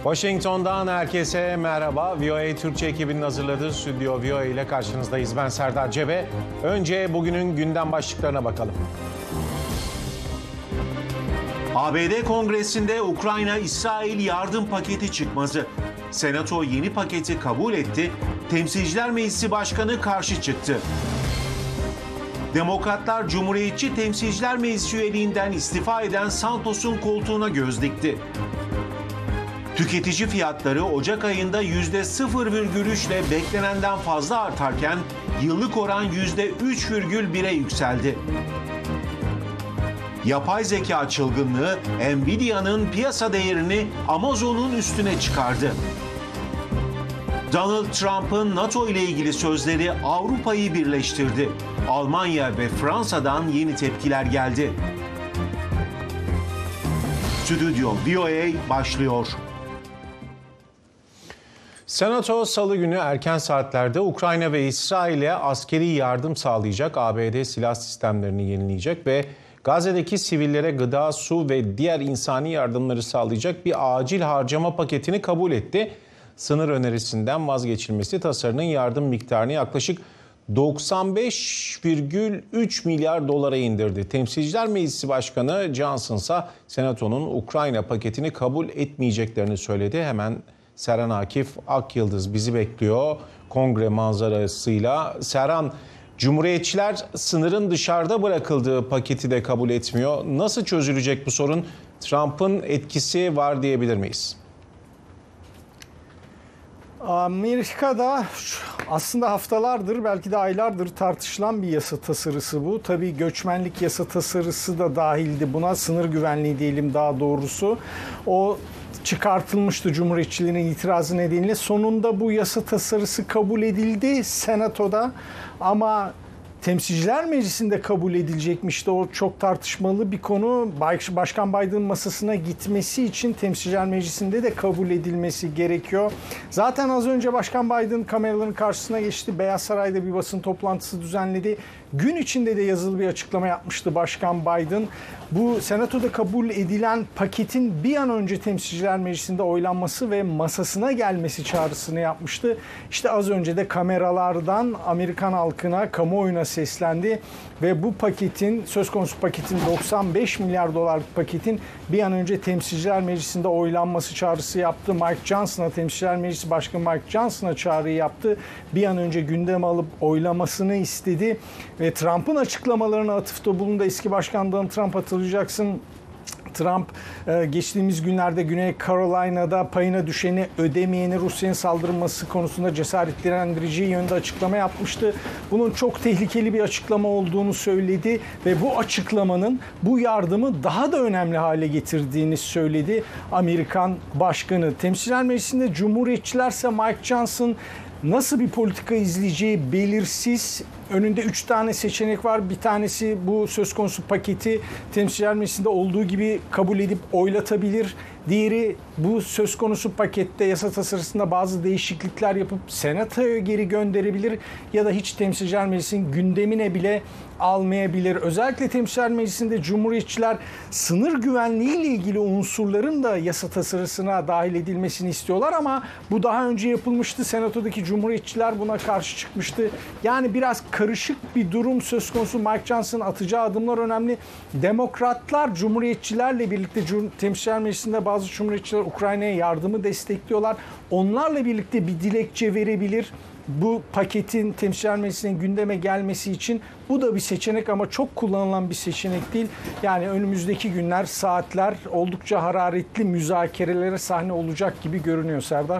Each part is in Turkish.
Washington'dan herkese merhaba. VOA Türkçe ekibinin hazırladığı Stüdyo VOA ile karşınızdayız. Ben Serdar Cebe. Önce bugünün gündem başlıklarına bakalım. ABD Kongresi'nde Ukrayna-İsrail yardım paketi çıkmazı. Senato yeni paketi kabul etti. Temsilciler Meclisi Başkanı karşı çıktı. Demokratlar Cumhuriyetçi Temsilciler Meclisi üyeliğinden istifa eden Santos'un koltuğuna göz dikti. Tüketici fiyatları Ocak ayında %0,3'le beklenenden fazla artarken yıllık oran %3,1'e yükseldi. Yapay zeka çılgınlığı Nvidia'nın piyasa değerini Amazon'un üstüne çıkardı. Donald Trump'ın NATO ile ilgili sözleri Avrupa'yı birleştirdi. Almanya ve Fransa'dan yeni tepkiler geldi. Stüdyo VOA başlıyor. Senato Salı günü erken saatlerde Ukrayna ve İsrail'e askeri yardım sağlayacak, ABD silah sistemlerini yenileyecek ve Gazze'deki sivillere gıda, su ve diğer insani yardımları sağlayacak bir acil harcama paketini kabul etti. Sınır önerisinden vazgeçilmesi tasarının yardım miktarını yaklaşık 95,3 milyar dolara indirdi. Temsilciler Meclisi Başkanı Johnson ise Senato'nun Ukrayna paketini kabul etmeyeceklerini söyledi. Hemen Serhan Akif Akyıldız bizi bekliyor kongre manzarasıyla. Serhan, Cumhuriyetçiler sınırın dışarıda bırakıldığı paketi de kabul etmiyor. Nasıl çözülecek bu sorun? Trump'ın etkisi var diyebilir miyiz? Amerika'da aslında haftalardır, belki de aylardır tartışılan bir yasa tasarısı bu. Tabii göçmenlik yasa tasarısı da dahildi buna, sınır güvenliği diyelim daha doğrusu. O çıkartılmıştı Cumhuriyetçilerin itirazı nedeniyle. Sonunda bu yasa tasarısı kabul edildi Senato'da ama Temsilciler Meclisi'nde kabul edilecekmişti. O çok tartışmalı bir konu. Başkan Biden'ın masasına gitmesi için Temsilciler Meclisi'nde de kabul edilmesi gerekiyor. Zaten az önce Başkan Biden kameraların karşısına geçti. Beyaz Saray'da bir basın toplantısı düzenledi. Gün içinde de yazılı bir açıklama yapmıştı Başkan Biden. Bu Senato'da kabul edilen paketin bir an önce Temsilciler Meclisi'nde oylanması ve masasına gelmesi çağrısını yapmıştı. İşte az önce de kameralardan Amerikan halkına, kamuoyuna seslendi ve bu paketin, söz konusu paketin 95 milyar dolarlık paketin bir an önce Temsilciler Meclisi'nde oylanması çağrısı yaptı. Mike Johnson'a, Temsilciler Meclisi Başkanı Mike Johnson'a çağrıyı yaptı. Bir an önce gündeme alıp oylamasını istedi ve Trump'ın açıklamalarına atıfta bulundu. Eski Başkan Donald Trump, hatırlayacaksın. Trump geçtiğimiz günlerde Güney Carolina'da payına düşeni ödemeyeni Rusya'nın saldırması konusunda cesaretlendireceği yönde açıklama yapmıştı. Bunun çok tehlikeli bir açıklama olduğunu söyledi ve bu açıklamanın bu yardımı daha da önemli hale getirdiğini söyledi Amerikan Başkanı. Temsilciler Meclisi'nde Cumhuriyetçilerse Mike Johnson nasıl bir politika izleyeceği belirsiz. Önünde 3 tane seçenek var. Bir tanesi bu söz konusu paketi Temsilciler Meclisi'nde olduğu gibi kabul edip oylatabilir. Diğeri bu söz konusu pakette, yasa tasarısında bazı değişiklikler yapıp Senato'ya geri gönderebilir ya da hiç Temsilciler Meclisi'nin gündemine bile almayabilir. Özellikle Temsilciler Meclisi'nde Cumhuriyetçiler sınır güvenliği ile ilgili unsurların da yasa tasarısına dahil edilmesini istiyorlar ama bu daha önce yapılmıştı. Senato'daki Cumhuriyetçiler buna karşı çıkmıştı. Yani biraz karışık bir durum söz konusu. Mike Johnson'ın atacağı adımlar önemli. Demokratlar Cumhuriyetçilerle birlikte Temsilciler Meclisi'nde bazı Cumhuriyetçiler Ukrayna'ya yardımı destekliyorlar. Onlarla birlikte bir dilekçe verebilir. Bu paketin Temsilciler Meclisi'nin gündeme gelmesi için bu da bir seçenek ama çok kullanılan bir seçenek değil. Yani önümüzdeki günler, saatler oldukça hararetli müzakerelere sahne olacak gibi görünüyor Serdar.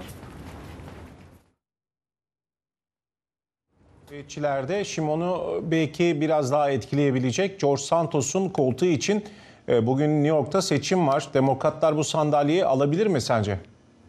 Cumhuriyetçilerde Şimon'u belki biraz daha etkileyebilecek George Santos'un koltuğu için bugün New York'ta seçim var. Demokratlar bu sandalyeyi alabilir mi sence?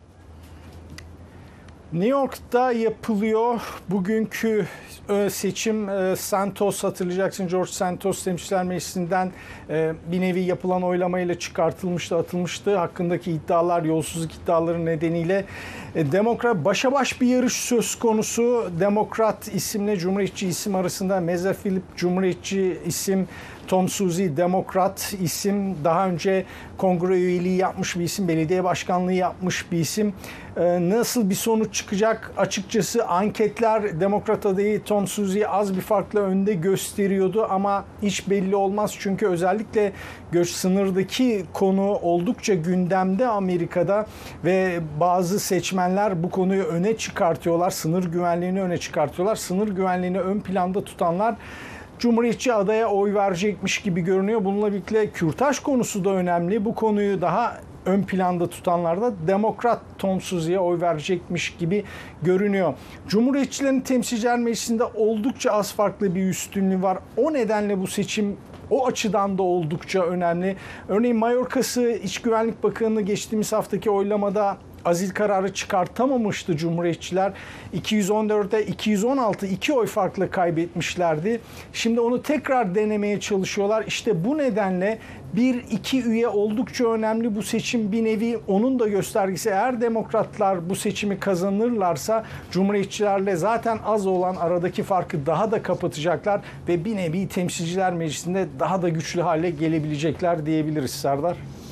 New York'ta yapılıyor bugünkü seçim. Santos, hatırlayacaksın, George Santos Temsilciler Meclisi'nden bir nevi yapılan oylamayla çıkartılmıştı, atılmıştı. Hakkındaki iddialar, yolsuzluk iddiaları nedeniyle Demokrat başa baş bir yarış söz konusu. Demokrat isimle Cumhuriyetçi isim arasında Meza Philip Cumhuriyetçi isim, Tom Suozzi Demokrat isim, daha önce kongre üyeliği yapmış bir isim, belediye başkanlığı yapmış bir isim. Nasıl bir sonuç çıkacak? Açıkçası anketler Demokrat adayı Tom Suozzi'yi az bir farkla önde gösteriyordu ama hiç belli olmaz. Çünkü özellikle sınırdaki konu oldukça gündemde Amerika'da ve bazı seçmenler bu konuyu öne çıkartıyorlar. Sınır güvenliğini öne çıkartıyorlar. Sınır güvenliğini ön planda tutanlar Cumhuriyetçi adaya oy verecekmiş gibi görünüyor. Bununla birlikte kürtaj konusu da önemli. Bu konuyu daha ön planda tutanlar da Demokrat Tom Suozzi'ye oy verecekmiş gibi görünüyor. Cumhuriyetçilerin Temsilciler Meclisi'nde oldukça az farklı bir üstünlüğü var. O nedenle bu seçim o açıdan da oldukça önemli. Örneğin Mayorkas'ı İç Güvenlik Bakanı'nı geçtiğimiz haftaki oylamada azil kararı çıkartamamıştı Cumhuriyetçiler. 214'e 216 2 oy farklı kaybetmişlerdi. Şimdi onu tekrar denemeye çalışıyorlar. İşte bu nedenle 1-2 üye oldukça önemli. Bu seçim bir nevi onun da göstergesi. Eğer demokratlar bu seçimi kazanırlarsa Cumhuriyetçilerle zaten az olan aradaki farkı daha da kapatacaklar ve bir nevi Temsilciler Meclisi'nde daha da güçlü hale gelebilecekler diyebiliriz Serdar.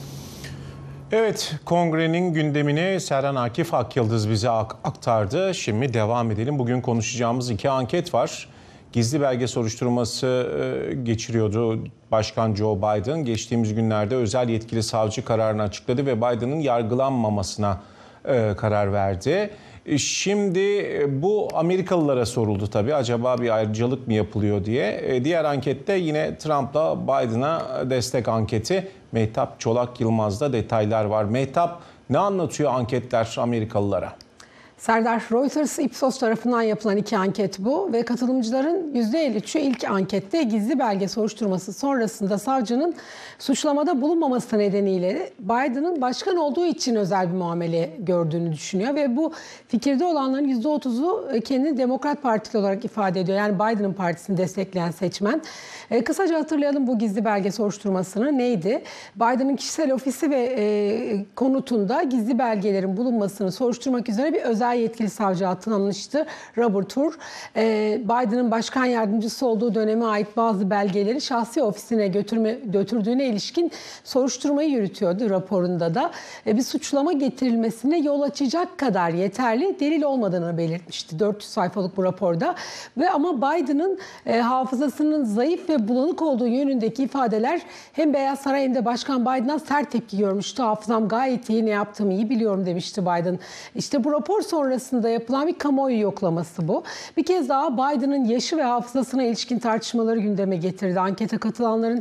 Evet, kongrenin gündemini Serhan Akif Akyıldız bize aktardı. Şimdi devam edelim. Bugün konuşacağımız 2 anket var. Gizli belge soruşturması geçiriyordu Başkan Joe Biden. Geçtiğimiz günlerde özel yetkili savcı kararını açıkladı ve Biden'ın yargılanmamasına karar verdi. Şimdi bu Amerikalılara soruldu tabii. Acaba bir ayrıcalık mı yapılıyor diye. Diğer ankette yine Trump'la Biden'a destek anketi. Mehtap Çolak Yılmaz'da detaylar var. Mehtap, ne anlatıyor anketler Amerikalılara? Serdar, Reuters Ipsos tarafından yapılan 2 anket bu ve katılımcıların %53'ü ilk ankette gizli belge soruşturması sonrasında savcının suçlamada bulunmaması nedeniyle Biden'ın başkan olduğu için özel bir muamele gördüğünü düşünüyor ve bu fikirde olanların %30'u kendini Demokrat Partili olarak ifade ediyor. Yani Biden'ın partisini destekleyen seçmen. Kısaca hatırlayalım bu gizli belge soruşturmasını neydi? Biden'ın kişisel ofisi ve konutunda gizli belgelerin bulunmasını soruşturmak üzere bir özel yetkili savcı atanmıştı Robert Hur. Biden'ın başkan yardımcısı olduğu döneme ait bazı belgeleri şahsi ofisine götürdüğüne ilişkin soruşturmayı yürütüyordu raporunda da. Bir suçlama getirilmesine yol açacak kadar yeterli delil olmadığını belirtmişti 400 sayfalık bu raporda. Ama Biden'ın hafızasının zayıf ve bulanık olduğu yönündeki ifadeler hem Beyaz Saray hem de Başkan Biden'a sert tepki görmüştü. Hafızam gayet iyi, ne yaptığımı iyi biliyorum demişti Biden. İşte bu rapor sonrasında yapılan bir kamuoyu yoklaması bu. Bir kez daha Biden'ın yaşı ve hafızasına ilişkin tartışmaları gündeme getirdi. Ankete katılanların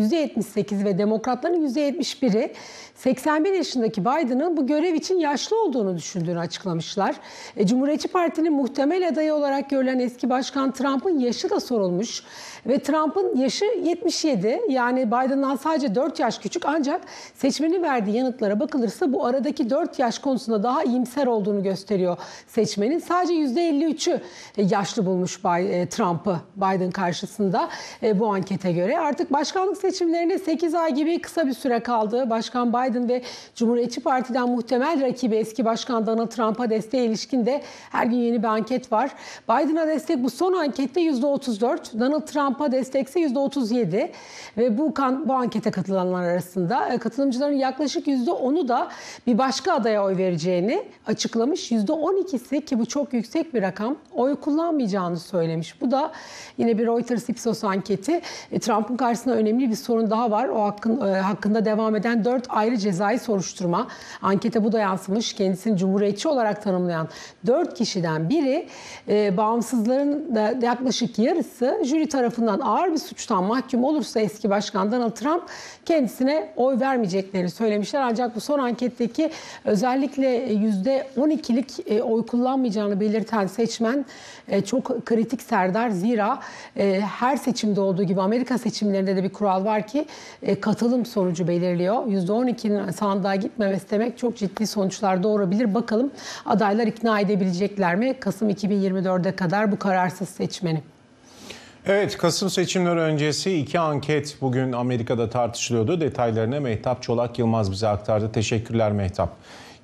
%78 ve demokratların %71'i 81 yaşındaki Biden'ın bu görev için yaşlı olduğunu düşündüğünü açıklamışlar. Cumhuriyetçi Parti'nin muhtemel adayı olarak görülen eski başkan Trump'ın yaşı da sorulmuş. Ve Trump'ın yaşı 77, yani Biden'dan sadece 4 yaş küçük, ancak seçmenin verdiği yanıtlara bakılırsa bu aradaki 4 yaş konusunda daha iyimser olduğunu gösteriyor seçmenin. Sadece %53'ü yaşlı bulmuş Trump'ı Biden karşısında bu ankete göre. Artık başkanlık seçimlerine 8 ay gibi kısa bir süre kaldı. Başkan Biden ve Cumhuriyetçi Parti'den muhtemel rakibi eski başkan Donald Trump'a desteğe ilişkin de her gün yeni bir anket var. Biden'a destek bu son ankette %34, Donald Trump'a destekse %37 ve bu ankete katılanlar arasında katılımcıların yaklaşık %10'u da bir başka adaya oy vereceğini açıklamış. %12'si, ki bu çok yüksek bir rakam, oy kullanmayacağını söylemiş. Bu da yine bir Reuters Ipsos anketi. Trump'ın karşısında önemli bir sorun daha var. O hakkında devam eden 4 ayrı cezai soruşturma. Ankete bu da yansımış. Kendisini cumhuriyetçi olarak tanımlayan 4 kişiden biri, bağımsızların da yaklaşık yarısı jüri tarafından ağır bir suçtan mahkum olursa eski başkan Donald Trump kendisine oy vermeyeceklerini söylemişler. Ancak bu son anketteki özellikle %12'lik oy kullanmayacağını belirten seçmen çok kritik Serdar. Zira her seçimde olduğu gibi Amerika seçimlerinde de bir kural var ki katılım sonucu belirliyor. %12'nin sandığa gitmemesi demek çok ciddi sonuçlar doğurabilir. Bakalım adaylar ikna edebilecekler mi Kasım 2024'e kadar bu kararsız seçmeni? Evet, Kasım seçimleri öncesi 2 anket bugün Amerika'da tartışılıyordu. Detaylarını Mehtap Çolak Yılmaz bize aktardı. Teşekkürler Mehtap.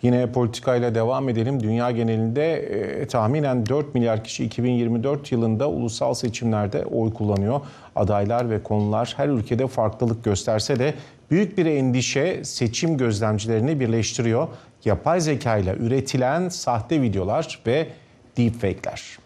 Yine politikayla devam edelim. Dünya genelinde tahminen 4 milyar kişi 2024 yılında ulusal seçimlerde oy kullanıyor. Adaylar ve konular her ülkede farklılık gösterse de büyük bir endişe seçim gözlemcilerini birleştiriyor. Yapay zeka ile üretilen sahte videolar ve deepfake'ler.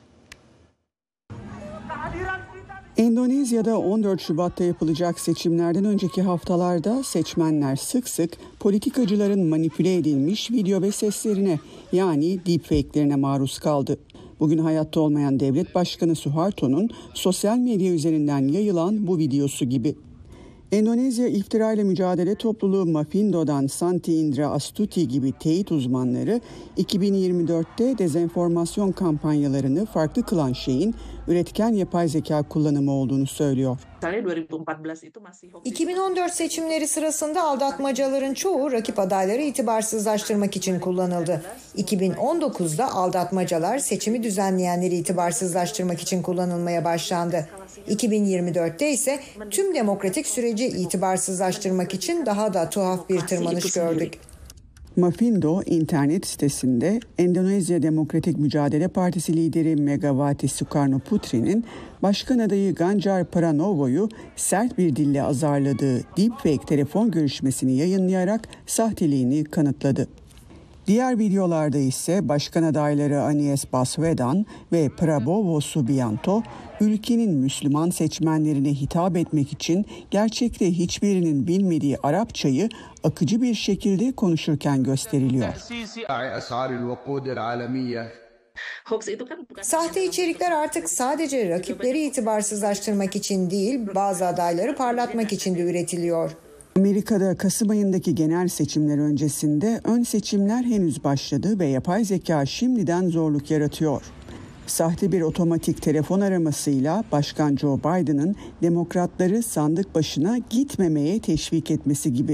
Endonezya'da 14 Şubat'ta yapılacak seçimlerden önceki haftalarda seçmenler sık sık politikacıların manipüle edilmiş video ve seslerine, yani deepfake'lerine maruz kaldı. Bugün hayatta olmayan devlet başkanı Suharto'nun sosyal medya üzerinden yayılan bu videosu gibi. Endonezya İftirayla Mücadele Topluluğu Mafindo'dan Santi Indra Astuti gibi teyit uzmanları 2024'te dezenformasyon kampanyalarını farklı kılan şeyin üretken yapay zeka kullanımı olduğunu söylüyor. 2014 seçimleri sırasında aldatmacaların çoğu rakip adayları itibarsızlaştırmak için kullanıldı. 2019'da aldatmacalar seçimi düzenleyenleri itibarsızlaştırmak için kullanılmaya başlandı. 2024'te ise tüm demokratik süreci itibarsızlaştırmak için daha da tuhaf bir tırmanış gördük. Mafindo internet sitesinde Endonezya Demokratik Mücadele Partisi lideri Megawati Sukarnoputri'nin başkan adayı Ganjar Pranowo'yu sert bir dille azarladığı deepfake telefon görüşmesini yayınlayarak sahteliğini kanıtladı. Diğer videolarda ise başkan adayları Anies Baswedan ve Prabowo Subianto, ülkenin Müslüman seçmenlerine hitap etmek için gerçekte hiçbirinin bilmediği Arapçayı akıcı bir şekilde konuşurken gösteriliyor. Sahte içerikler artık sadece rakipleri itibarsızlaştırmak için değil, bazı adayları parlatmak için de üretiliyor. Amerika'da Kasım ayındaki genel seçimler öncesinde ön seçimler henüz başladı ve yapay zeka şimdiden zorluk yaratıyor. Sahte bir otomatik telefon aramasıyla Başkan Joe Biden'ın demokratları sandık başına gitmemeye teşvik etmesi gibi.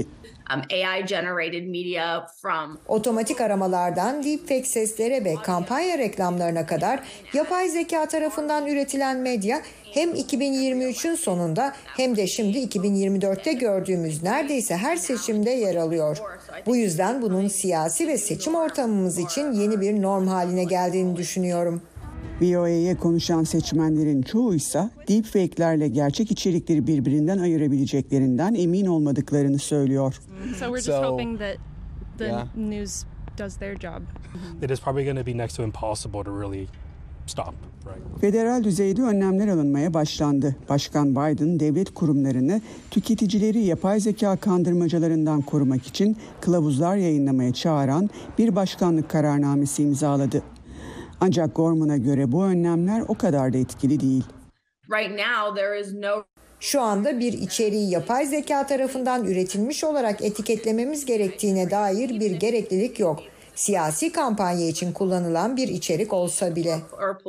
Otomatik aramalardan deepfake seslere ve kampanya reklamlarına kadar yapay zeka tarafından üretilen medya hem 2023'ün sonunda hem de şimdi 2024'te gördüğümüz neredeyse her seçimde yer alıyor. Bu yüzden bunun siyasi ve seçim ortamımız için yeni bir norm haline geldiğini düşünüyorum. VOA'ye konuşan seçmenlerin çoğu ise deepfake'lerle gerçek içerikleri birbirinden ayırabileceklerinden emin olmadıklarını söylüyor. So we're just hoping that the news does their job. It is probably going to be next to impossible to really stop, right? Federal düzeyde önlemler alınmaya başlandı. Başkan Biden devlet kurumlarını tüketicileri yapay zeka kandırmacalarından korumak için kılavuzlar yayınlamaya çağıran bir başkanlık kararnamesi imzaladı. Ancak Gorman'a göre bu önlemler o kadar da etkili değil. Şu anda bir içeriği yapay zeka tarafından üretilmiş olarak etiketlememiz gerektiğine dair bir gereklilik yok. Siyasi kampanya için kullanılan bir içerik olsa bile.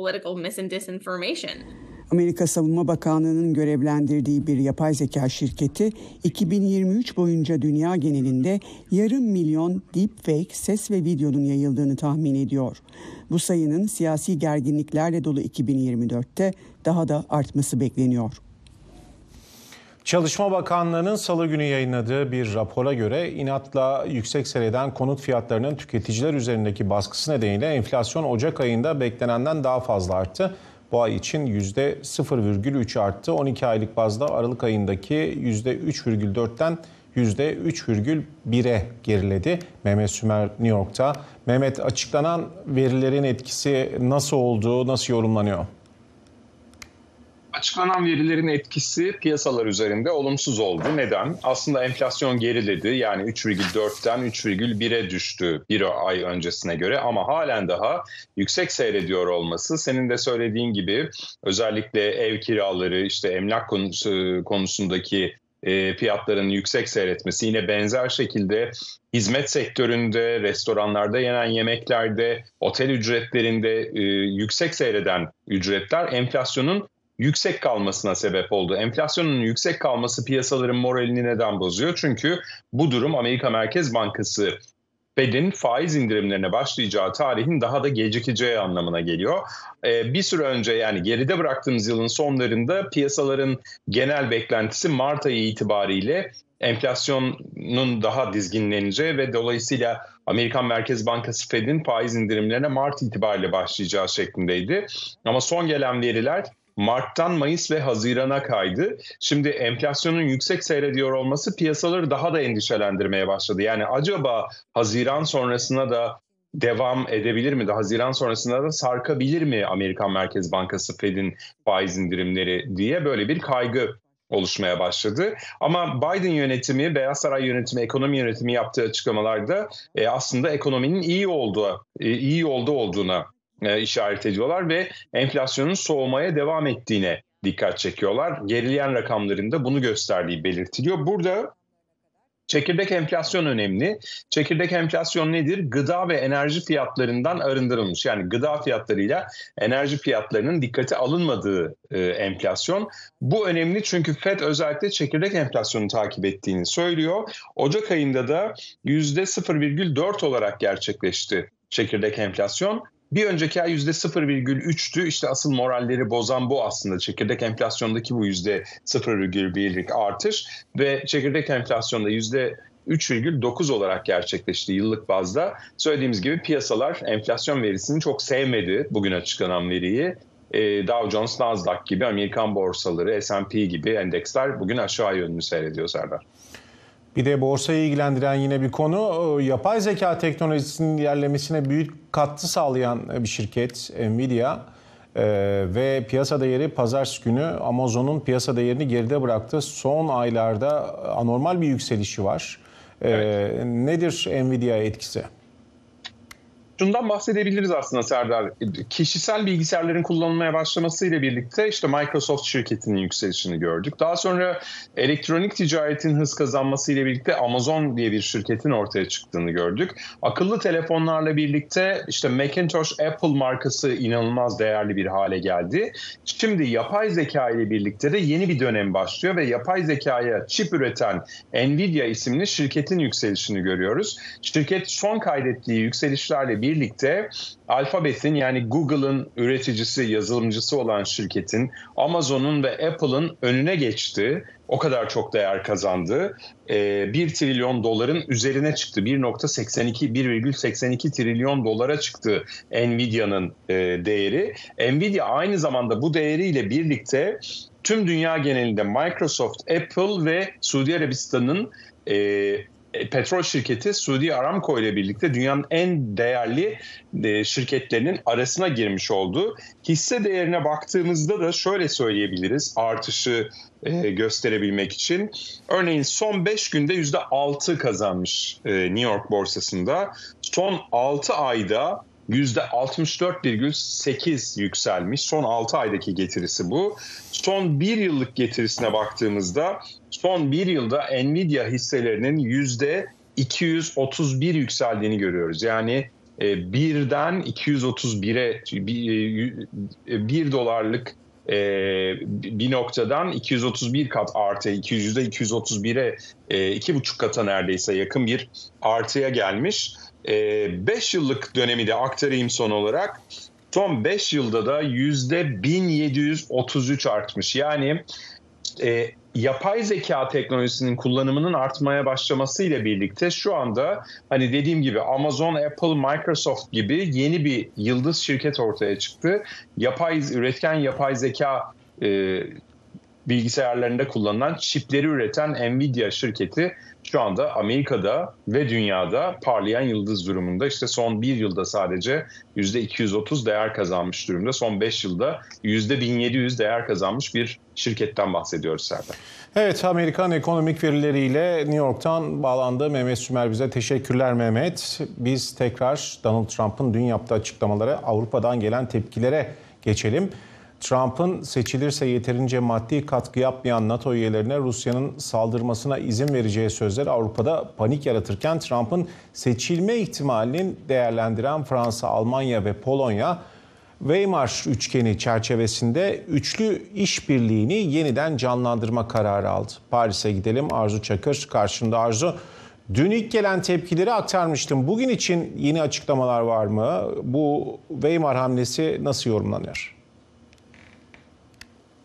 Amerika Savunma Bakanlığı'nın görevlendirdiği bir yapay zeka şirketi 2023 boyunca dünya genelinde 500.000 deepfake ses ve videonun yayıldığını tahmin ediyor. Bu sayının siyasi gerginliklerle dolu 2024'te daha da artması bekleniyor. Çalışma Bakanlığı'nın Salı günü yayınladığı bir rapora göre inatla yüksek seyreden konut fiyatlarının tüketiciler üzerindeki baskısı nedeniyle enflasyon Ocak ayında beklenenden daha fazla arttı. Bu ay için %0,3 arttı. 12 aylık bazda Aralık ayındaki %3,4'ten %3,1'e geriledi. Mehmet Sümer New York'ta. Mehmet, açıklanan verilerin etkisi nasıl oldu, nasıl yorumlanıyor? Açıklanan verilerin etkisi piyasalar üzerinde olumsuz oldu. Neden? Aslında enflasyon geriledi. Yani 3,4'ten 3,1'e düştü bir ay öncesine göre. Ama halen daha yüksek seyrediyor olması, senin de söylediğin gibi özellikle ev kiraları, işte emlak konusundaki fiyatların yüksek seyretmesi, yine benzer şekilde hizmet sektöründe, restoranlarda yenen yemeklerde, otel ücretlerinde yüksek seyreden ücretler enflasyonun yüksek kalmasına sebep oldu. Enflasyonun yüksek kalması piyasaların moralini neden bozuyor? Çünkü bu durum Amerika Merkez Bankası Fed'in faiz indirimlerine başlayacağı tarihin daha da gecikeceği anlamına geliyor. Bir süre önce, yani geride bıraktığımız yılın sonlarında piyasaların genel beklentisi Mart ayı itibariyle enflasyonun daha dizginleneceği ve dolayısıyla Amerikan Merkez Bankası Fed'in faiz indirimlerine Mart itibariyle başlayacağı şeklindeydi. Ama son gelen veriler Mart'tan Mayıs ve Haziran'a kaydı. Şimdi enflasyonun yüksek seyrediyor olması piyasaları daha da endişelendirmeye başladı. Yani acaba Haziran sonrasına da devam edebilir mi? Haziran sonrasında da sarkabilir mi Amerikan Merkez Bankası Fed'in faiz indirimleri diye böyle bir kaygı oluşmaya başladı. Ama Biden yönetimi, Beyaz Saray yönetimi, ekonomi yönetimi yaptığı açıklamalarda aslında ekonominin iyi yolda olduğuna işaret ediyorlar ve enflasyonun soğumaya devam ettiğine dikkat çekiyorlar. Gerileyen rakamların da bunu gösterdiği belirtiliyor. Burada çekirdek enflasyon önemli. Çekirdek enflasyon nedir? Gıda ve enerji fiyatlarından arındırılmış. Yani gıda fiyatlarıyla enerji fiyatlarının dikkate alınmadığı enflasyon. Bu önemli çünkü FED özellikle çekirdek enflasyonu takip ettiğini söylüyor. Ocak ayında da %0,4 olarak gerçekleşti çekirdek enflasyon. Bir önceki ay %0,3'tü. İşte asıl moralleri bozan bu aslında. Çekirdek enflasyondaki bu %0,1'lik artış ve çekirdek enflasyonda %3,9 olarak gerçekleşti yıllık bazda. Söylediğimiz gibi piyasalar enflasyon verisini çok sevmedi bugün açıklanan veriyi. Dow Jones, Nasdaq gibi Amerikan borsaları, S&P gibi endeksler bugün aşağı yönlü seyrediyor Serdar. Bir de borsayı ilgilendiren yine bir konu, yapay zeka teknolojisinin ilerlemesine büyük katkı sağlayan bir şirket Nvidia ve piyasa değeri pazartesi günü Amazon'un piyasa değerini geride bıraktı. Son aylarda anormal bir yükselişi var. Evet. Nedir Nvidia etkisi? Şundan bahsedebiliriz aslında Serdar. Kişisel bilgisayarların kullanılmaya başlamasıyla birlikte işte Microsoft şirketinin yükselişini gördük. Daha sonra elektronik ticaretin hız kazanmasıyla birlikte Amazon diye bir şirketin ortaya çıktığını gördük. Akıllı telefonlarla birlikte işte Macintosh, Apple markası inanılmaz değerli bir hale geldi. Şimdi yapay zeka ile birlikte de yeni bir dönem başlıyor ve yapay zekaya çip üreten Nvidia isimli şirketin yükselişini görüyoruz. Şirket son kaydettiği yükselişlerle birlikte Alphabet'in yani Google'ın üreticisi, yazılımcısı olan şirketin, Amazon'un ve Apple'ın önüne geçti. O kadar çok değer kazandı. 1 trilyon doların üzerine çıktı. 1,82 trilyon dolara çıktı Nvidia'nın değeri. Nvidia aynı zamanda bu değeriyle birlikte tüm dünya genelinde Microsoft, Apple ve Suudi Arabistan'ın petrol şirketi Suudi Aramco ile birlikte dünyanın en değerli şirketlerinin arasına girmiş oldu. Hisse değerine baktığımızda da şöyle söyleyebiliriz artışı gösterebilmek için. Örneğin son 5 günde %6 kazanmış New York borsasında. Son 6 ayda %64,8 yükselmiş. Son 6 aydaki getirisi bu. Son 1 yıllık getirisine baktığımızda son 1 yılda Nvidia hisselerinin %231 yükseldiğini görüyoruz. Yani birden 231'e 1 dolarlık bir noktadan 231 kat artı %231'e 2,5 kata neredeyse yakın bir artıya gelmiş. 5 yıllık dönemi de aktarayım son olarak. Son 5 yılda da %1733 artmış. Yani yapay zeka teknolojisinin kullanımının artmaya başlamasıyla birlikte şu anda hani dediğim gibi Amazon, Apple, Microsoft gibi yeni bir yıldız şirket ortaya çıktı. Üretken yapay zeka bilgisayarlarında kullanılan çipleri üreten Nvidia şirketi şu anda Amerika'da ve dünyada parlayan yıldız durumunda. İşte son 1 yılda sadece %230 değer kazanmış durumda. Son 5 yılda %1700 değer kazanmış bir şirketten bahsediyoruz Serdar. Evet, Amerikan ekonomik verileriyle New York'tan bağlandı Mehmet Sümer bize. Teşekkürler Mehmet. Biz tekrar Donald Trump'ın dün yaptığı açıklamalara, Avrupa'dan gelen tepkilere geçelim. Trump'ın seçilirse yeterince maddi katkı yapmayan NATO üyelerine Rusya'nın saldırmasına izin vereceği sözler Avrupa'da panik yaratırken Trump'ın seçilme ihtimalini değerlendiren Fransa, Almanya ve Polonya, Weimar üçgeni çerçevesinde üçlü işbirliğini yeniden canlandırma kararı aldı. Paris'e gidelim. Arzu Çakır karşında. Arzu, dün ilk gelen tepkileri aktarmıştım. Bugün için yeni açıklamalar var mı? Bu Weimar hamlesi nasıl yorumlanıyor?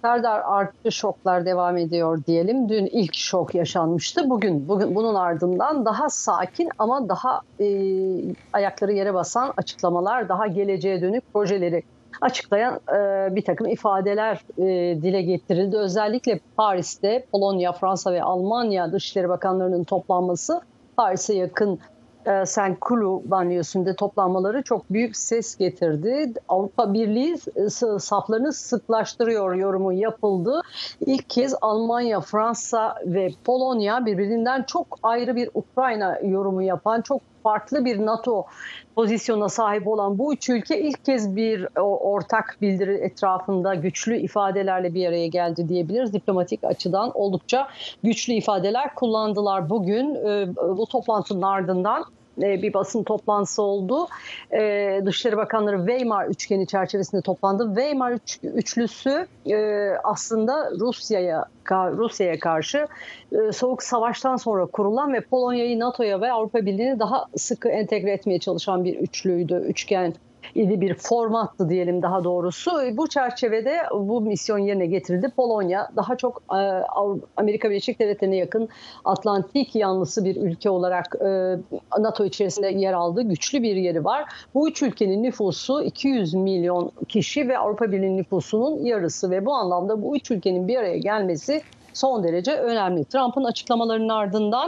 Serdar, artçı şoklar devam ediyor diyelim. Dün ilk şok yaşanmıştı. Bugün bunun ardından daha sakin ama daha ayakları yere basan açıklamalar, daha geleceğe dönük projeleri açıklayan bir takım ifadeler dile getirildi. Özellikle Paris'te Polonya, Fransa ve Almanya Dışişleri Bakanlarının toplanması, Paris'e yakın Saint-Cloud banyosunda toplanmaları çok büyük ses getirdi. Avrupa Birliği saflarını sıklaştırıyor yorumu yapıldı. İlk kez Almanya, Fransa ve Polonya birbirinden çok ayrı bir Ukrayna yorumu yapan, çok farklı bir NATO pozisyona sahip olan bu üç ülke ilk kez bir ortak bildiri etrafında güçlü ifadelerle bir araya geldi diyebiliriz. Diplomatik açıdan oldukça güçlü ifadeler kullandılar bugün. Bu toplantının ardından bir basın toplantısı oldu. Dışişleri Bakanları Weimar üçgeni çerçevesinde toplandı. Weimar üçlüsü aslında Rusya'ya karşı Soğuk Savaş'tan sonra kurulan ve Polonya'yı NATO'ya ve Avrupa Birliği'ne daha sıkı entegre etmeye çalışan bir üçlüydü. Üçgen idi, bir formattı diyelim daha doğrusu. Bu çerçevede bu misyon yerine getirildi. Polonya daha çok Amerika Birleşik Devletleri'ne yakın Atlantik yanlısı bir ülke olarak NATO içerisinde yer aldı. Güçlü bir yeri var. Bu üç ülkenin nüfusu 200 milyon kişi ve Avrupa Birliği nüfusunun yarısı ve bu anlamda bu üç ülkenin bir araya gelmesi son derece önemli. Trump'ın açıklamalarının ardından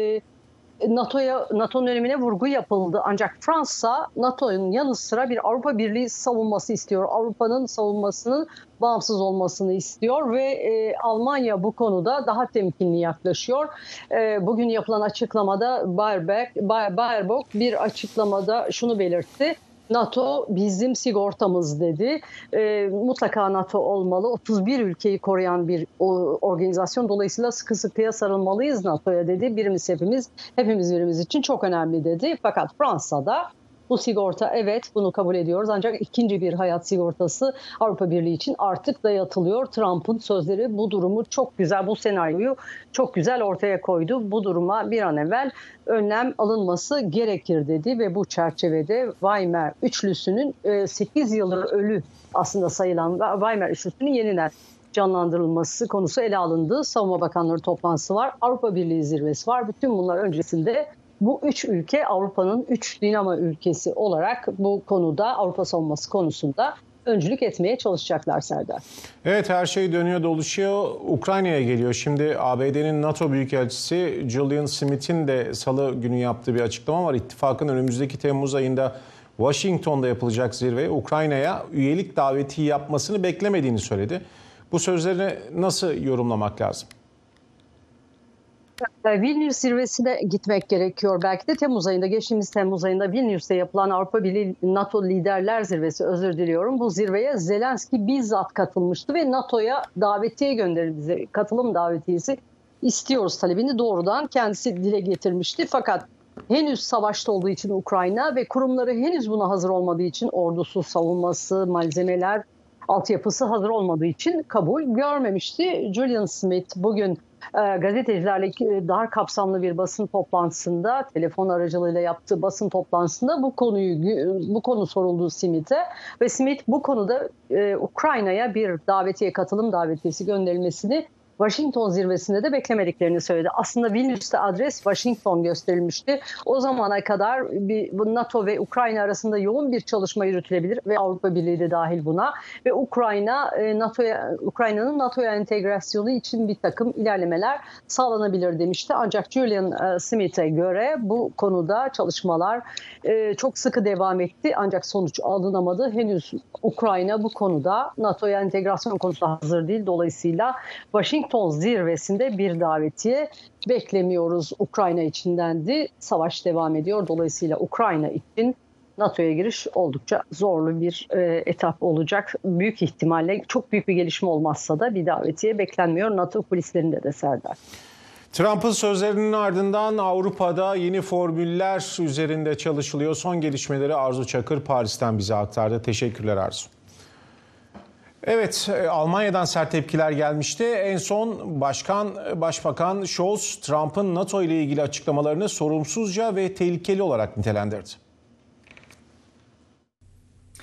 NATO'nun önemine vurgu yapıldı. Ancak Fransa NATO'nun yanı sıra bir Avrupa Birliği savunması istiyor. Avrupa'nın savunmasının bağımsız olmasını istiyor ve Almanya bu konuda daha temkinli yaklaşıyor. Bugün yapılan açıklamada Baerbock bir açıklamada şunu belirtti. NATO bizim sigortamız dedi. Mutlaka NATO olmalı. 31 ülkeyi koruyan bir organizasyon. Dolayısıyla sıkı sıkıya sarılmalıyız NATO'ya dedi. Hepimiz birimiz için çok önemli dedi. Fakat Fransa'da bu sigorta, evet, bunu kabul ediyoruz. Ancak ikinci bir hayat sigortası Avrupa Birliği için artık dayatılıyor. Trump'ın sözleri bu durumu çok güzel, bu senaryoyu çok güzel ortaya koydu. Bu duruma bir an evvel önlem alınması gerekir dedi ve bu çerçevede Weimar üçlüsünün 8 yıldır ölü aslında sayılan Weimar üçlüsünün yeniden canlandırılması konusu ele alındı. Savunma Bakanları toplantısı var, Avrupa Birliği zirvesi var. Bütün bunlar öncesinde bu üç ülke Avrupa'nın üç dinamo ülkesi olarak bu konuda, Avrupa savunması konusunda öncülük etmeye çalışacaklar Serdar. Evet, her şey dönüyor dolaşıyor. Ukrayna'ya geliyor. Şimdi ABD'nin NATO Büyükelçisi Julian Smith'in de salı günü yaptığı bir açıklama var. İttifakın önümüzdeki Temmuz ayında Washington'da yapılacak zirveye Ukrayna'ya üyelik daveti yapmasını beklemediğini söyledi. Bu sözlerini nasıl yorumlamak lazım? Vilnius zirvesine gitmek gerekiyor. Belki de geçtiğimiz Temmuz ayında Vilnius'ta yapılan Avrupa Birliği NATO Liderler Zirvesi, özür diliyorum. Bu zirveye Zelenski bizzat katılmıştı ve NATO'ya davetiye gönderildi. Katılım davetiyesi istiyoruz talebini doğrudan kendisi dile getirmişti. Fakat henüz savaşta olduğu için Ukrayna ve kurumları henüz buna hazır olmadığı için, ordusu, savunması, malzemeler, altyapısı hazır olmadığı için kabul görmemişti. Julian Smith bugün gazetecilerle daha kapsamlı bir basın toplantısında, telefon aracılığıyla yaptığı basın toplantısında bu konu soruldu Smith'e ve Smith bu konuda Ukrayna'ya bir katılım davetiyesi gönderilmesini Washington zirvesinde de beklemediklerini söyledi. Aslında Vilnius'ta adres Washington gösterilmişti. O zamana kadar NATO ve Ukrayna arasında yoğun bir çalışma yürütülebilir ve Avrupa Birliği de dahil buna. Ve Ukrayna'nın NATO'ya entegrasyonu için bir takım ilerlemeler sağlanabilir demişti. Ancak Julian Smith'e göre bu konuda çalışmalar çok sıkı devam etti. Ancak sonuç alınamadı. Henüz Ukrayna bu konuda NATO'ya entegrasyon konusunda hazır değil. Dolayısıyla Washington zirvesinde bir davetiye beklemiyoruz Ukrayna için dendi. Savaş devam ediyor. Dolayısıyla Ukrayna için NATO'ya giriş oldukça zorlu bir etap olacak. Büyük ihtimalle çok büyük bir gelişme olmazsa da bir davetiye beklenmiyor NATO kulislerinde de Serdar. Trump'ın sözlerinin ardından Avrupa'da yeni formüller üzerinde çalışılıyor. Son gelişmeleri Arzu Çakır Paris'ten bize aktardı. Teşekkürler Arzu. Evet, Almanya'dan sert tepkiler gelmişti. En son Başbakan Scholz, Trump'ın NATO ile ilgili açıklamalarını sorumsuzca ve tehlikeli olarak nitelendirdi.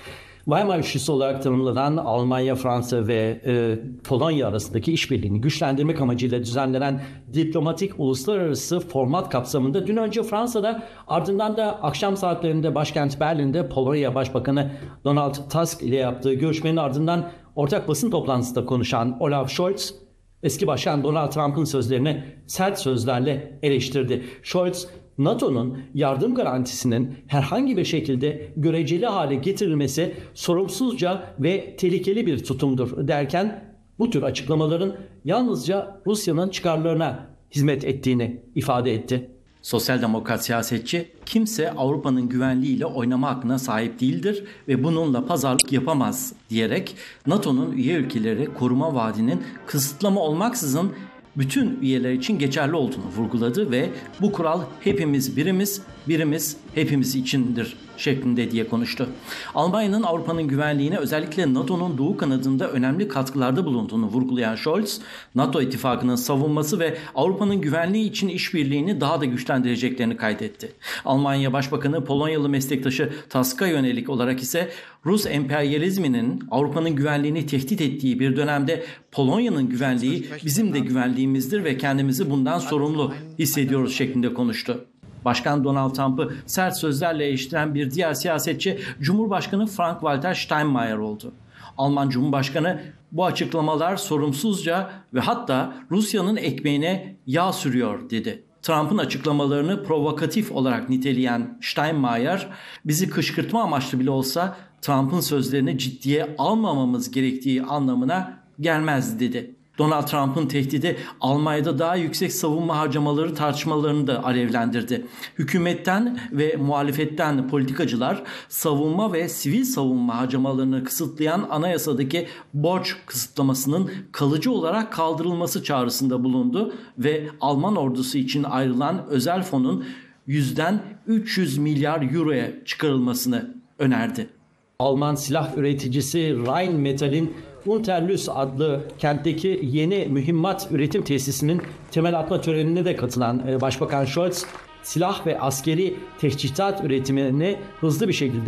Weimar Üçlüsü olarak tanımlanan Almanya, Fransa ve Polonya arasındaki işbirliğini güçlendirmek amacıyla düzenlenen diplomatik uluslararası format kapsamında dün önce Fransa'da, ardından da akşam saatlerinde başkent Berlin'de Polonya Başbakanı Donald Tusk ile yaptığı görüşmenin ardından ortak basın toplantısında konuşan Olaf Scholz, eski başkan Donald Trump'ın sözlerini sert sözlerle eleştirdi. Scholz, NATO'nun yardım garantisinin herhangi bir şekilde göreceli hale getirilmesi sorumsuzca ve tehlikeli bir tutumdur derken bu tür açıklamaların yalnızca Rusya'nın çıkarlarına hizmet ettiğini ifade etti. Sosyal demokrat siyasetçi, kimse Avrupa'nın güvenliğiyle oynama hakkına sahip değildir ve bununla pazarlık yapamaz diyerek NATO'nun üye ülkeleri koruma vaadinin kısıtlama olmaksızın bütün üyeler için geçerli olduğunu vurguladı ve bu kural hepimiz birimiz, birimiz hepimiz içindir şeklinde diye konuştu. Almanya'nın Avrupa'nın güvenliğine özellikle NATO'nun doğu kanadında önemli katkılarda bulunduğunu vurgulayan Scholz, NATO ittifakının savunması ve Avrupa'nın güvenliği için işbirliğini daha da güçlendireceklerini kaydetti. Almanya Başbakanı Polonyalı meslektaşı Tusk'a yönelik olarak ise Rus emperyalizminin Avrupa'nın güvenliğini tehdit ettiği bir dönemde Polonya'nın güvenliği bizim de güvenliğimizdir ve kendimizi bundan sorumlu hissediyoruz şeklinde konuştu. Başkan Donald Trump'ı sert sözlerle eleştiren bir diğer siyasetçi Cumhurbaşkanı Frank-Walter Steinmeier oldu. Alman Cumhurbaşkanı bu açıklamalar sorumsuzca ve hatta Rusya'nın ekmeğine yağ sürüyor dedi. Trump'ın açıklamalarını provokatif olarak niteleyen Steinmeier, bizi kışkırtma amaçlı bile olsa Trump'ın sözlerini ciddiye almamamız gerektiği anlamına gelmez dedi. Donald Trump'ın tehdidi Almanya'da daha yüksek savunma harcamaları tartışmalarını da alevlendirdi. Hükümetten ve muhalefetten politikacılar savunma ve sivil savunma harcamalarını kısıtlayan anayasadaki borç kısıtlamasının kalıcı olarak kaldırılması çağrısında bulundu ve Alman ordusu için ayrılan özel fonun yüzden 300 milyar euroya çıkarılmasını önerdi. Alman silah üreticisi Rheinmetall'in Unterlüss adlı kentteki yeni mühimmat üretim tesisinin temel atma törenine de katılan Başbakan Scholz, silah ve askeri teçhizat üretimini hızlı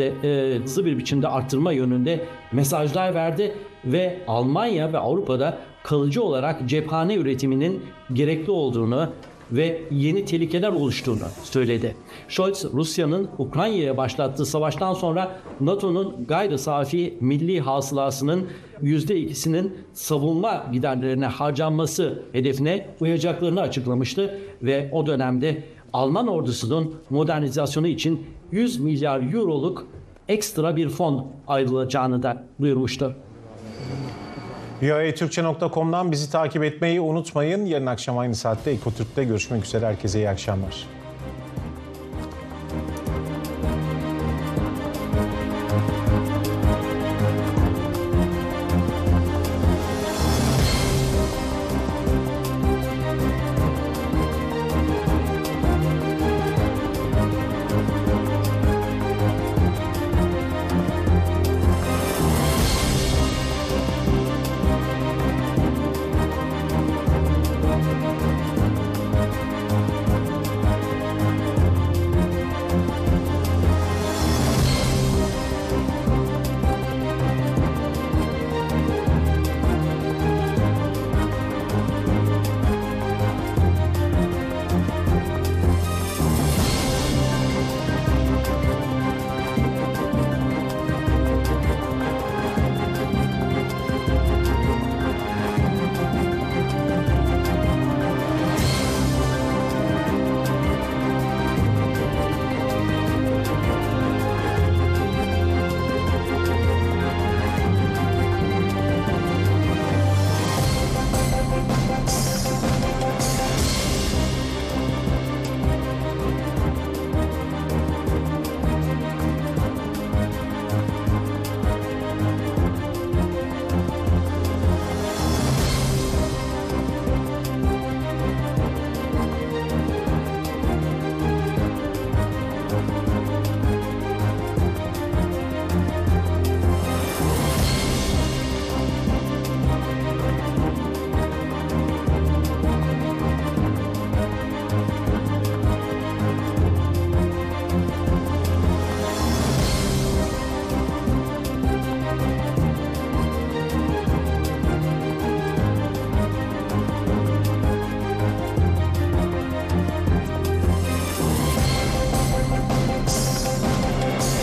bir biçimde arttırma yönünde mesajlar verdi ve Almanya ve Avrupa'da kalıcı olarak cephane üretiminin gerekli olduğunu ve yeni tehlikeler oluştuğunu söyledi. Scholz, Rusya'nın Ukrayna'ya başlattığı savaştan sonra NATO'nun gayri safi milli hasılasının %2'sinin savunma giderlerine harcanması hedefine uyacaklarını açıklamıştı ve o dönemde Alman ordusunun modernizasyonu için 100 milyar euroluk ekstra bir fon ayrılacağını da duyurmuştu. VOATürkçe.com'dan bizi takip etmeyi unutmayın. Yarın akşam aynı saatte Eko Türk'te görüşmek üzere. Herkese iyi akşamlar.